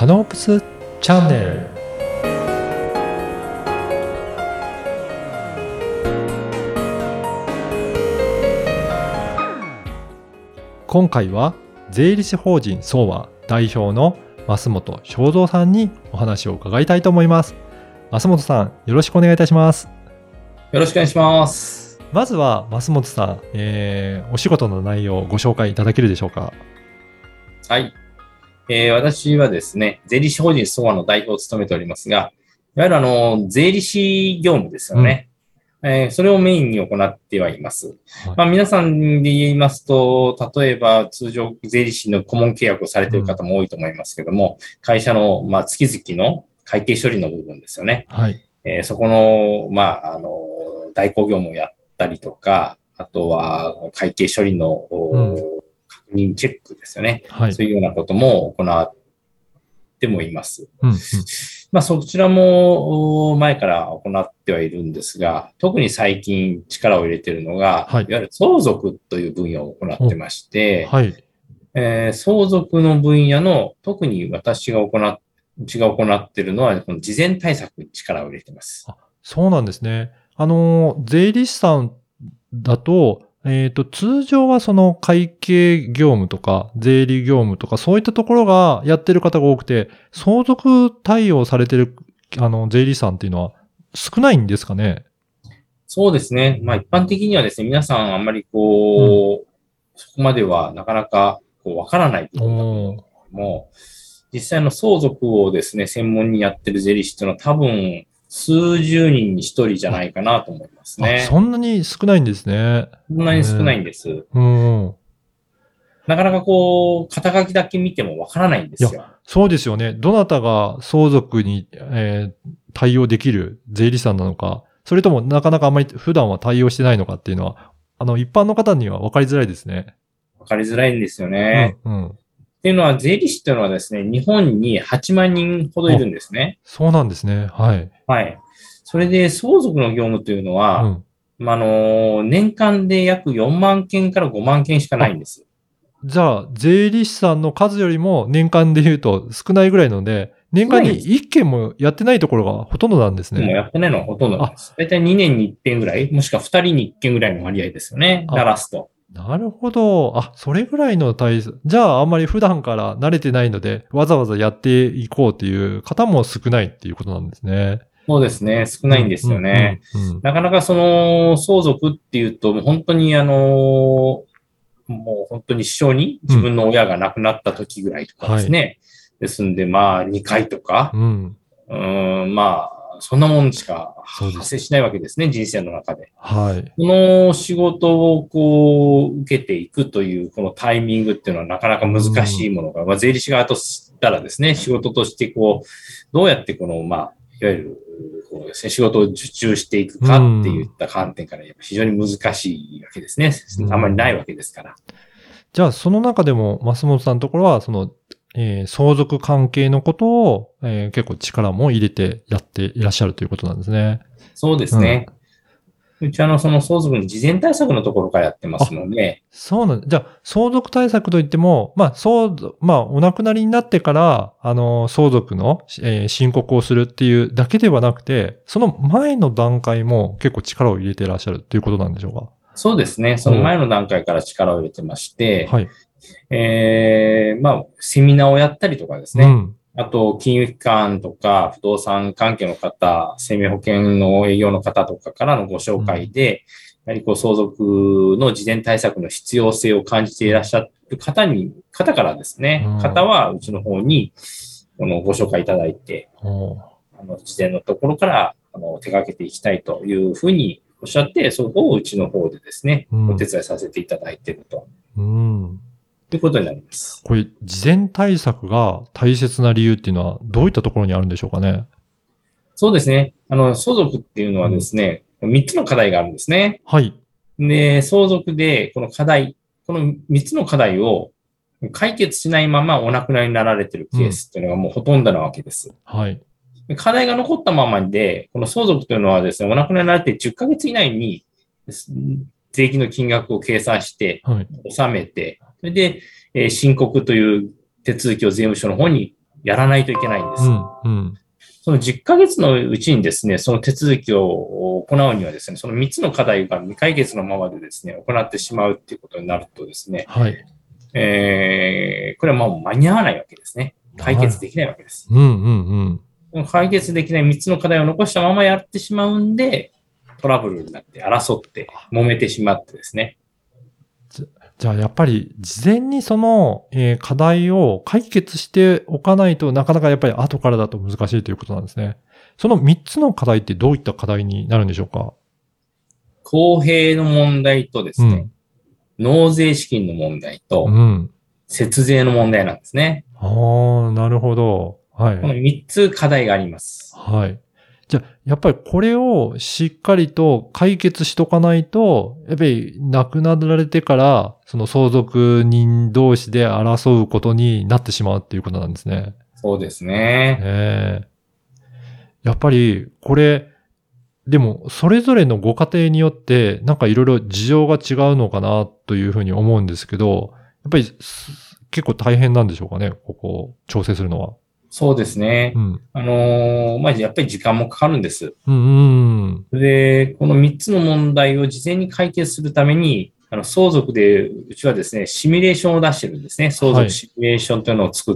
ノープスチャンネル。今回は税理士法人相和代表の増本正三さんにお話を伺いたいと思います。増本さん、よろしくお願いいたします。 よろしくお願いします。 まずは増本さん、お仕事の内容をご紹介いただけるでしょうか。 はい。私はですね、税理士法人相和の代表を務めておりますが、いわゆる税理士業務ですよね。それをメインに行ってはいます。 はい。 皆さんで言いますと、例えば通常税理士の顧問契約をされている方も多いと思いますけども、会社の月々の会計処理の部分ですよね。 はい。 そこの、代行業務をやったりとか、あとは会計処理の確認チェックですよね。 はい。 そういうようなことも行ってもいます。 うんうん。 そちらも前から行ってはいるんですが、特に最近力を入れているのが、 はい。 いわゆる相続という分野を行ってまして、 はい。 相続の分野の特にうちが行っているのは、この事前対策に力を入れています。 そうなんですね。税理士さんだと、通常はその会計業務とか税理業務とかそういったところがやってる方が多くて、相続対応されてる、税理士さんっていうのは少ないんですかね。 そうですね。一般的にはですね、皆さんあんまりうん。 そこまではなかなかわからない部分だと思うんですおー。 けども、実際の相続をですね、専門にやってる税理士っていうのは多分数十人に一人じゃなあ、 いかなと思いますそね。 んなに少ないんですね。 そんなに少ないんです。 うん。 なかなか肩書きだけ見てもわからないんでいや、 すよ。 そうですよね。どなたが相続に、対応できる税理士さんなのか、それともなかなかあんまり普段は対応してないのかっていうのは、一般の方には分かりづらいですね。 わかりづらいんですようん、 ね。 うん。 っていうのは、税理士っていうのはですね、日本に8万人ほどいあ、 るんですね。 そうなんですね。はい。 はい。それで、相続の業務というのは、 うん。 年間で約4万件から5万件しかないあ、 んです。 じゃあ、税理士さんの数よりも年間で言うと少ないぐらいなので、年間に少ないんです。 1件もやってないところがほとんどなんですね。 もうやってないのはほとんどなんあ、 です。だいたい2年に1件ぐらい、もしくは2人に1件ぐらいの割合ですよね。なあ、 らすと。 なるほど。それぐらいの対策。じゃあ、あんまり普段から慣れてないので、わざわざやっていこうっていう方も少ないっていうことなんですね。 そうですね。少うん、 ないんですようん、うね。 ん、うん。 なかなか相続っていうと、もう本当にもう本当に一生にうん。 自分の親が亡くなった時ぐらいとかではい。 すね。ですんで、2回とか、 うん。 そんなもんしかそうです。 発生しないわけですね、人生の中で。 はい。 この仕事を受けていくというこのタイミングっていうのはなかなか難うん。 しいものが、税理士側としたらですね、仕事としてどうやっていわゆるですね、仕事を受注していくうかっていっん。 た観点から非常に難しいわけですね。 うあんまりないん。 わけですから。 じゃあ、その中でも、増本さんのところは、相続関係のことを、結構力も入れてやっていらっしゃるということなんですね。 そうでうん。 すね。うちその相続の事前対策のところからやってますあ、 ので、 そうなんじゃあ、相続対策といっても、お亡くなりになってから、相続の、申告をするっていうだけではなくて、その前の段階も結構力を入れていらっしゃるということなんでしょうか？ そうですね。その前の段階から力を入れてまして、 はい。 セミナーをやったりとかですね。 うん。 あと、金融機関とか、不動産関係の方、生命保険の営業の方とかからのご紹うん。 介で、やはり相続の事前対策の必要性を感じていらっしゃる方からですね、方うん。 はうちの方に、ご紹介いただいて、 おー。 事前のところから、手掛けていきたいというふうにおっしゃって、そこをうちの方でですね、お手うん。 伝いさせていただいているとうん。 いうことになります。 これ、事前対策が大切な理由っていうのは、どういったところにあるんでしょうかね？ そうですね。相続っていうのはでうん。 すね、3つの課題があるんですね。 はい。 で、相続で、この3つの課題を解決しないままお亡くなりになられているうん。 ケースっていうのがもうほとんどなわけです。 はい。 課題が残ったままで、この相続というのはですね、お亡くなりになられて10ヶ月以内に税金の金額を計算して、 はい。 納めて、それで、申告という手続きを税務署の方にやらないといけないんです。 うん。 その10ヶ月のうちにですね、その手続きを行うにはですね、その3つの課題が未解決のままでですね、行ってしまうっていうことになるとですね、 はい。 これはもう間に合わないわけですね。解なる。 決できないわけです。 うん。 解決できない3つの課題を残したままやってしまうんで、トラブルになって争って揉めてしまってですね。 じゃあ、やっぱり、事前にその、課題を解決しておかないとなかなかやっぱり後からだと難しいということなんですね。その3つの課題ってどういった課題になるんでしょうか？ 公平の問題とですね、 うん。 納税資金の問題と、 うん。 節税の問題なんですね。 ああ、なるほど。はこのい。 3つ課題があります。 はい。じゃあ、やっぱりこれをしっかりと解決しとかないと、やっぱり亡くなられてから、その相続人同士で争うことになってしまうっていうことなんですね。 そうですね。 ええ。やっぱり、これ、でも、それぞれのご家庭によって、なんかいろいろ事情が違うのかなというふうに思うんですけど、やっぱり結構大変なんでしょうかね、ここを調整するのは。 そうですね。 うん。 やっぱり時間もかかるんです。 うん。 で、この3つの問題を事前に解決するために、相続で、うちはですね、シミュレーションを出してるんですね。相はい。 続シミュレーションというのを作って、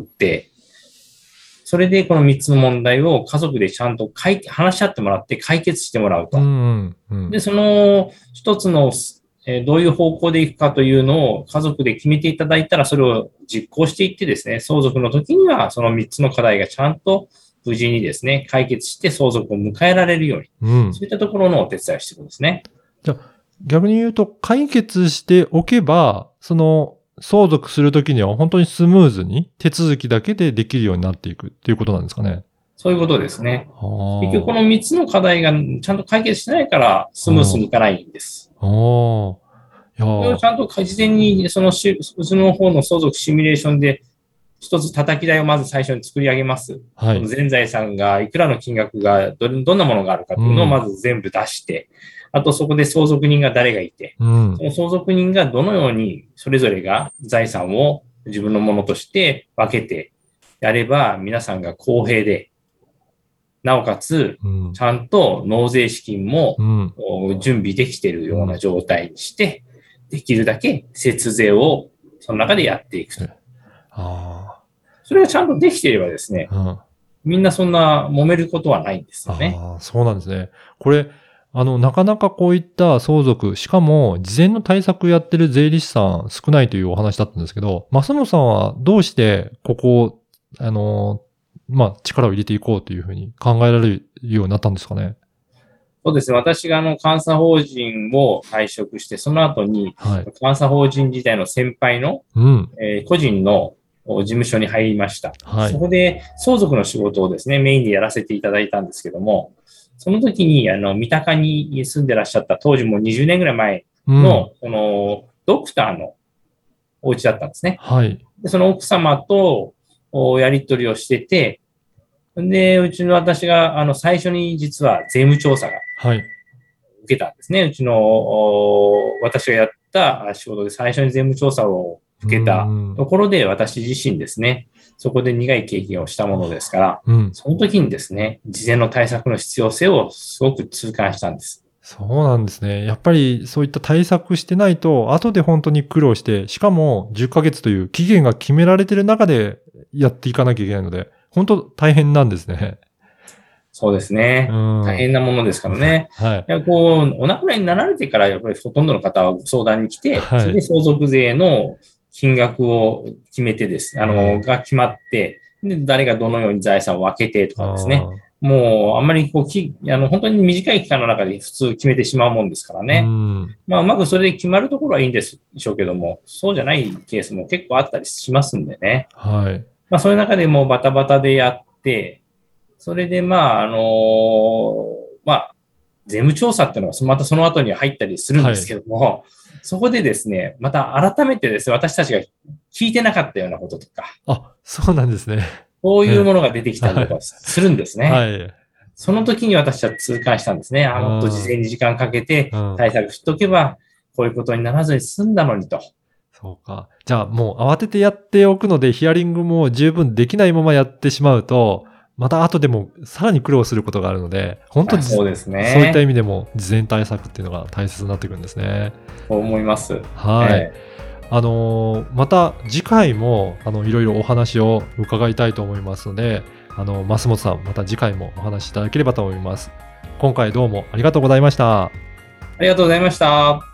それでこの3つの問題を家族でちゃんと話し合ってもらって解決してもらうと。で、その一つの、どういう方向でいくかというのを家族で決めていただいたら、それを実行していってですね、相続の時にはその3つの課題がちゃんと無事にですね、解決して相続を迎えられるように、 うん。 そういったところのお手伝いをしていくんですね。 じゃあ、逆に言うと、解決しておけば、その、相続するときには本当にスムーズに手続きだけでできるようになっていくっていうことなんですかね。 そういうことですね。結局こはの3つの課題がちゃんと解決してないからスあ。 ムースにいかないんです。 ああ。いやー、 それをちゃんと事前にその方の相続シミュレーションで一つ叩き台をまず最初に作り上げます。 はい。 その全財産がいくらの金額がどんなものがあるかというのをうん。 まず全部出して、あとそこで相続人が誰がいて、 うん。 その相続人がどのようにそれぞれが財産を自分のものとして分けてやれば皆さんが公平で、なおかつうん。 ちゃんと納税資金もうん。 準備できているうん。 ような状態にして、できるだけ節税をその中でやっていくと。 あそれがちゃんとできていればですね、 あ。うん。 みんなそんな揉めることはないんですよね。 ああ、そうなんですね。これ、なかなかこういった相続、しかも事前の対策やってる税理士さん少ないというお話だったんですけど、増野さんはどうしてここを、力を入れていこうというふうに考えられるようになったんですかね。 そうですね。私が監査法人を退職して、その後にはい。 監査法人時代の先輩の、 うん。 個人の事務所に入りました。 はい。 そこで相続の仕事をですね、メインでやらせていただいたんですけども、その時に、三鷹に住んでらっしゃった当時もう20年ぐらい前うん。 の、ドクターのお家だったんですね。 はい。 で、その奥様とやり取りをしてて、で、うちの私が、最初に実は税務調査がはい。 受けたんですね。うちの、私がやった仕事で最初に税務調査をうー受けたん。 ところで、私自身ですね、そこで苦い経験をしたものですから、 うん。 その時にですね、事前の対策の必要性をすごく痛感したんです。 そうなんですね。やっぱりそういった対策してないと、後で本当に苦労して、しかも10ヶ月という期限が決められている中でやっていかなきゃいけないので、本当大変なんですね。 そうですうね。大ん。 変なものですからね。 はい。 いや、お亡くなりになられてから、やっぱりほとんどの方は相談に来て、それではい。 相続税の金額を決めてです、 うん。 が決まって、で、誰がどのように財産を分けてとかですね。 ああ。 もう、あんまり本当に短い期間の中で普通決めてしまうもんですからうね。 ん。 まあ、うまくそれで決まるところはいいんでしょうけども、そうじゃないケースも結構あったりしますんでね。 はい。 まあ、そういう中でもうバタバタでやって、それで、税務調査っていうのはまたその後に入ったりするんはい。 ですけども、そこでですね、また改めてですね、私たちが聞いてなかったようなこととか、 あ、そうなんですね。 そういうえものが出てきたりとかはい。 するんですね。 はい。 その時に私は痛感したんですね。もっと事あ前に時間かけてあ。うん。 対策しとけば、こういうことにならずに済んだのにと。 そうか。じゃあもう慌ててやっておくので、ヒアリングも十分できないままやってしまうと、また後でもさらに苦労することがあるので、本当にそうですね。 そういった意味でも事前対策っていうのが大切になってくるんですね。 そう思います。 はい。また次回も、いろいろお話を伺いたいと思いますので、増本さん、また次回もお話しいただければと思います。今回どうもありがとうございました。 ありがとうございました。